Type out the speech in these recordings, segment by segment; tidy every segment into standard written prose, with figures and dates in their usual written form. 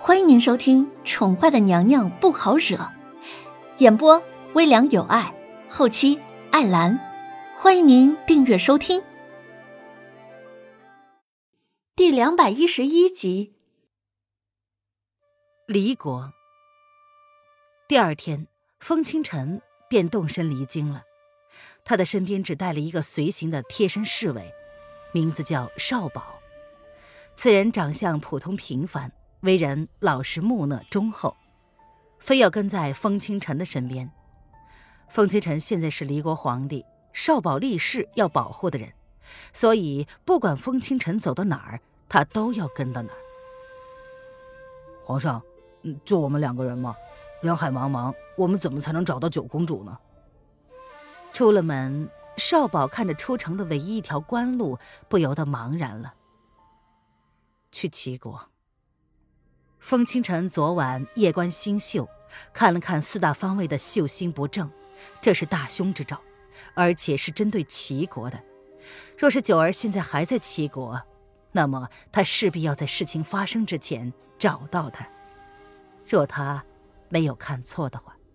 欢迎您收听《宠坏的娘娘不好惹》，演播微凉有爱，后期艾兰。欢迎您订阅收听。第211集。 离国。第二天，风清晨便动身离京了。他的身边只带了一个随行的贴身侍卫，名字叫少保。此人长相普通平凡，为人老实木讷忠厚，非要跟在风清晨的身边。风清晨现在是离国皇帝，少保立誓要保护的人，所以不管风清晨走到哪儿，他都要跟到哪儿。 皇上，就我们2个人吗？人海茫茫，我们怎么才能找到九公主呢？ 出了门，少保看着出城的唯一一条官路，不由得茫然了。去齐国。风清晨昨晚夜观星宿，看了看4大方位的宿星不正，这是大凶之兆，而且是针对齐国的。若是九儿现在还在齐国，那么他势必要在事情发生之前找到他。若他没有看错的话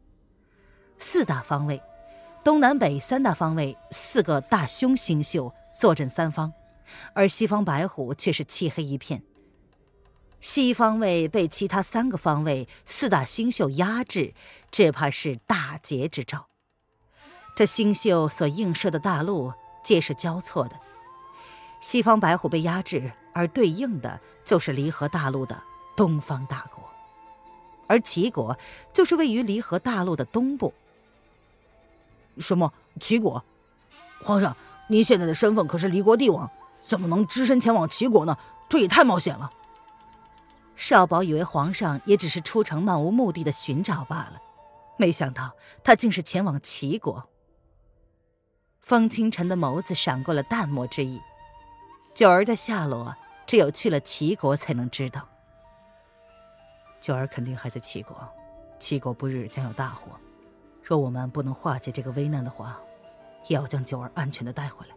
，4大方位，东南北3大方位，4个大凶星宿坐镇3方，而西方白虎却是漆黑一片。西方位被其他3个方位4大星宿压制，这怕是大劫之兆。这星宿所映射的大陆皆是交错的，西方白虎被压制，而对应的就是离合大陆的东方大国，而齐国就是位于离合大陆的东部。 什么？齐国？皇上，您现在的身份可是离国帝王，怎么能只身前往齐国呢？这也太冒险了。 少保以为皇上也只是出城漫无目的的寻找罢了，没想到他竟是前往齐国。风清晨的眸子闪过了淡漠之意，九儿的下落只有去了齐国才能知道。 九儿肯定还在齐国，齐国不日将有大祸，若我们不能化解这个危难的话，也要将九儿安全的带回来。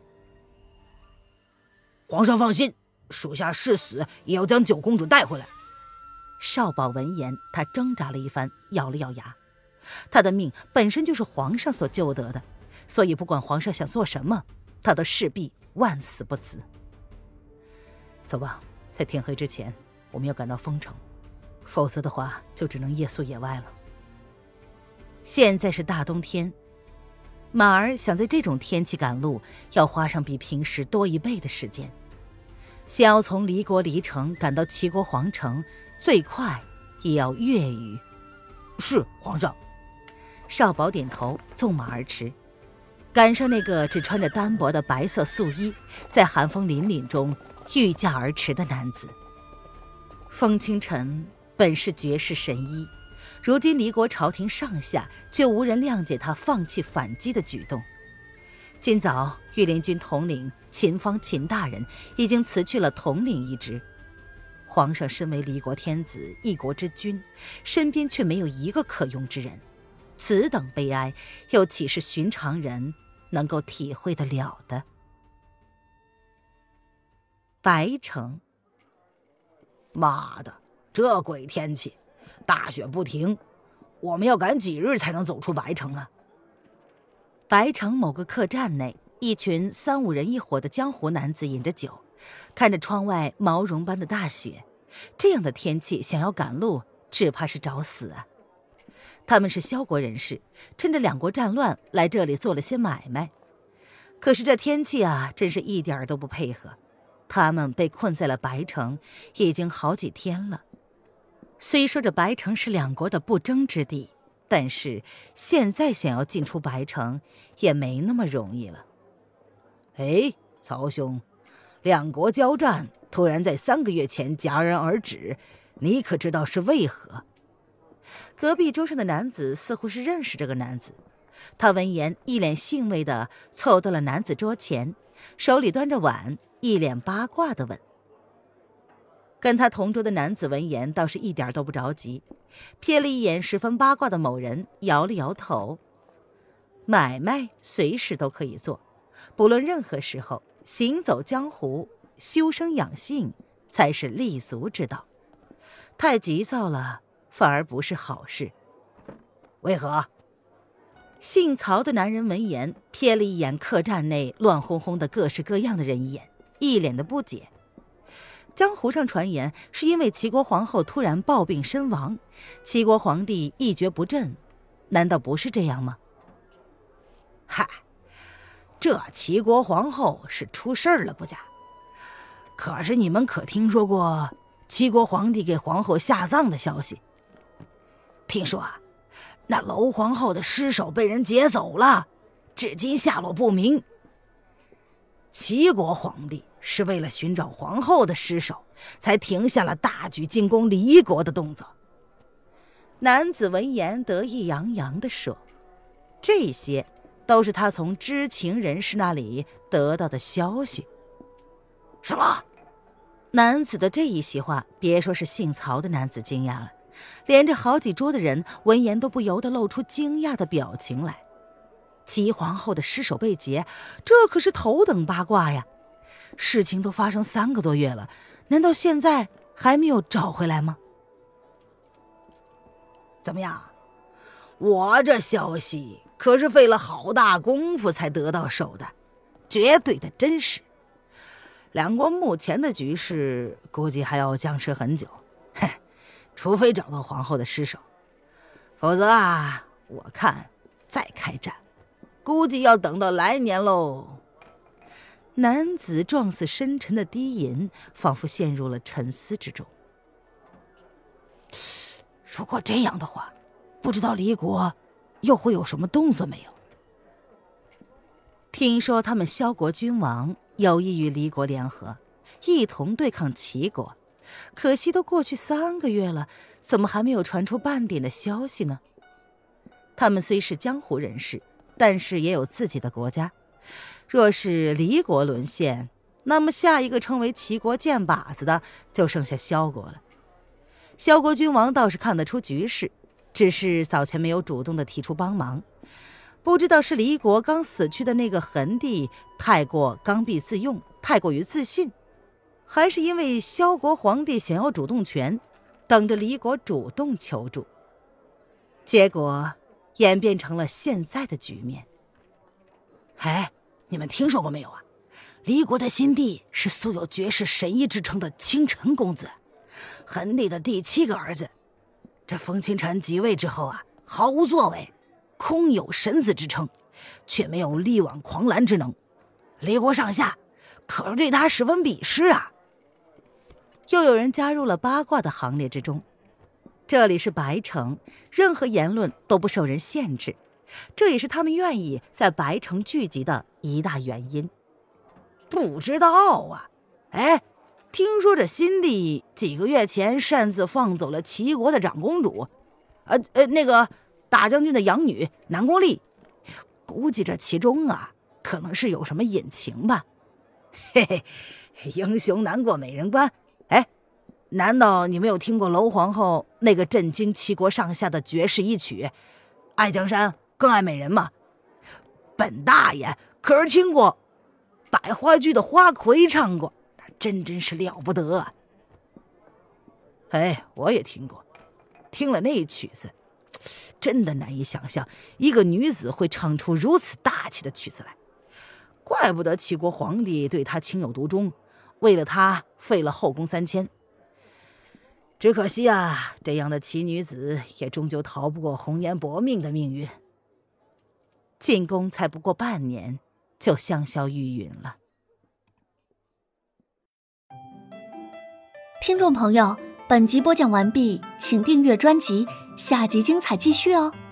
皇上放心，属下誓死也要将九公主带回来。 少保闻言，他挣扎了一番，咬了咬牙。他的命本身就是皇上所救得的，所以不管皇上想做什么，他都势必万死不辞。 走吧，在天黑之前，我们要赶到丰城，否则的话就只能夜宿野外了。 现在是大冬天，马儿想在这种天气赶路，要花上比平时多1倍的时间。想要从离国离城赶到齐国皇城，最快也要月余。 是，皇上。 少保点头，纵马而驰，赶上那个只穿着单薄的白色素衣，在寒风凛凛中御驾而驰的男子。风清晨本是绝世神医，如今离国朝廷上下却无人谅解他放弃反击的举动。今早御林军统领秦方秦大人已经辞去了统领一职，皇上身为离国天子，一国之君，身边却没有一个可用之人，此等悲哀又岂是寻常人能够体会得了的？白城。 妈的，这鬼天气，大雪不停，我们要赶几日才能走出白城啊？ 白城某个客栈内，一群3、5人一伙的江湖男子饮着酒，看着窗外毛绒般的大雪，这样的天气想要赶路，只怕是找死啊！他们是萧国人士，趁着2国战乱来这里做了些买卖，可是这天气啊，真是一点都不配合。他们被困在了白城，已经好几天了。虽说这白城是2国的不争之地，但是现在想要进出白城也没那么容易了。 哎，曹兄，2国交战突然在3个月前戛然而止，你可知道是为何？ 隔壁桌上的男子似乎是认识这个男子，他闻言一脸兴味地凑到了男子桌前，手里端着碗，一脸八卦地问。跟他同桌的男子闻言倒是一点都不着急，瞥了一眼十分八卦的某人，摇了摇头。买卖随时都可以做，不论任何时候，行走江湖，修身养性才是立足之道。 太急躁了，反而不是好事。 为何？ 姓曹的男人闻言，瞥了一眼客栈内乱哄哄的各式各样的人一眼，一脸的不解。江湖上传言是因为齐国皇后突然暴病身亡，齐国皇帝一蹶不振，难道不是这样吗？ 嗨，这齐国皇后是出事儿了不假。可是你们可听说过齐国皇帝给皇后下葬的消息？听说啊，那娄皇后的尸首被人劫走了，至今下落不明。齐国皇帝是为了寻找皇后的尸首，才停下了大举进攻离国的动作。 男子闻言得意洋洋地说，这些都是他从知情人士那里得到的消息。 什么？ 男子的这一席话，别说是姓曹的男子惊讶了，连着好几桌的人闻言都不由得露出惊讶的表情来。齐皇后的尸首被劫，这可是头等八卦呀！事情都发生3个多月了，难道现在还没有找回来吗？ 怎么样？我这消息可是费了好大功夫才得到手的，绝对的真实。两国目前的局势估计还要僵持很久，除非找到皇后的尸首，否则啊，我看再开战估计要等到来年喽。 男子状似深沉的低吟，仿佛陷入了沉思之中。 如果这样的话，不知道离国又会有什么动作没有？ 听说他们萧国君王有意与离国联合，一同对抗齐国，可惜都过去3个月了，怎么还没有传出半点的消息呢？他们虽是江湖人士，但是也有自己的国家。若是离国沦陷，那么下一个成为齐国箭靶子的就剩下萧国了。萧国君王倒是看得出局势，只是早前没有主动的提出帮忙。不知道是离国刚死去的那个桓帝太过刚愎自用，太过于自信，还是因为萧国皇帝想要主动权，等着离国主动求助，结果演变成了现在的局面。 哎，你们听说过没有啊？离国的新帝是素有绝世神医之称的清晨公子，桓帝的第7个儿子。这风清晨即位之后啊，毫无作为，空有神子之称，却没有力挽狂澜之能。离国上下可是对他十分鄙视啊。 又有人加入了八卦的行列之中。这里是白城，任何言论都不受人限制，这也是他们愿意在白城聚集的一大原因。 不知道啊，哎，听说这新帝几个月前擅自放走了齐国的长公主，那个大将军的养女南宫丽，估计这其中啊，可能是有什么隐情吧。嘿嘿，英雄难过美人关。哎，难道你没有听过娄皇后那个震惊齐国上下的绝世一曲《爱江山更爱美人》吗？本大爷可是听过百花剧的花魁唱过，真是了不得啊。哎，我也听过，听了那曲子，真的难以想象一个女子会唱出如此大气的曲子来。怪不得齐国皇帝对她情有独钟，为了她废了后宫3000。只可惜啊，这样的奇女子也终究逃不过红颜薄命的命运。 进宫才不过半年，就香消玉殒了。 听众朋友，本集播讲完毕，请订阅专辑，下集精彩继续哦。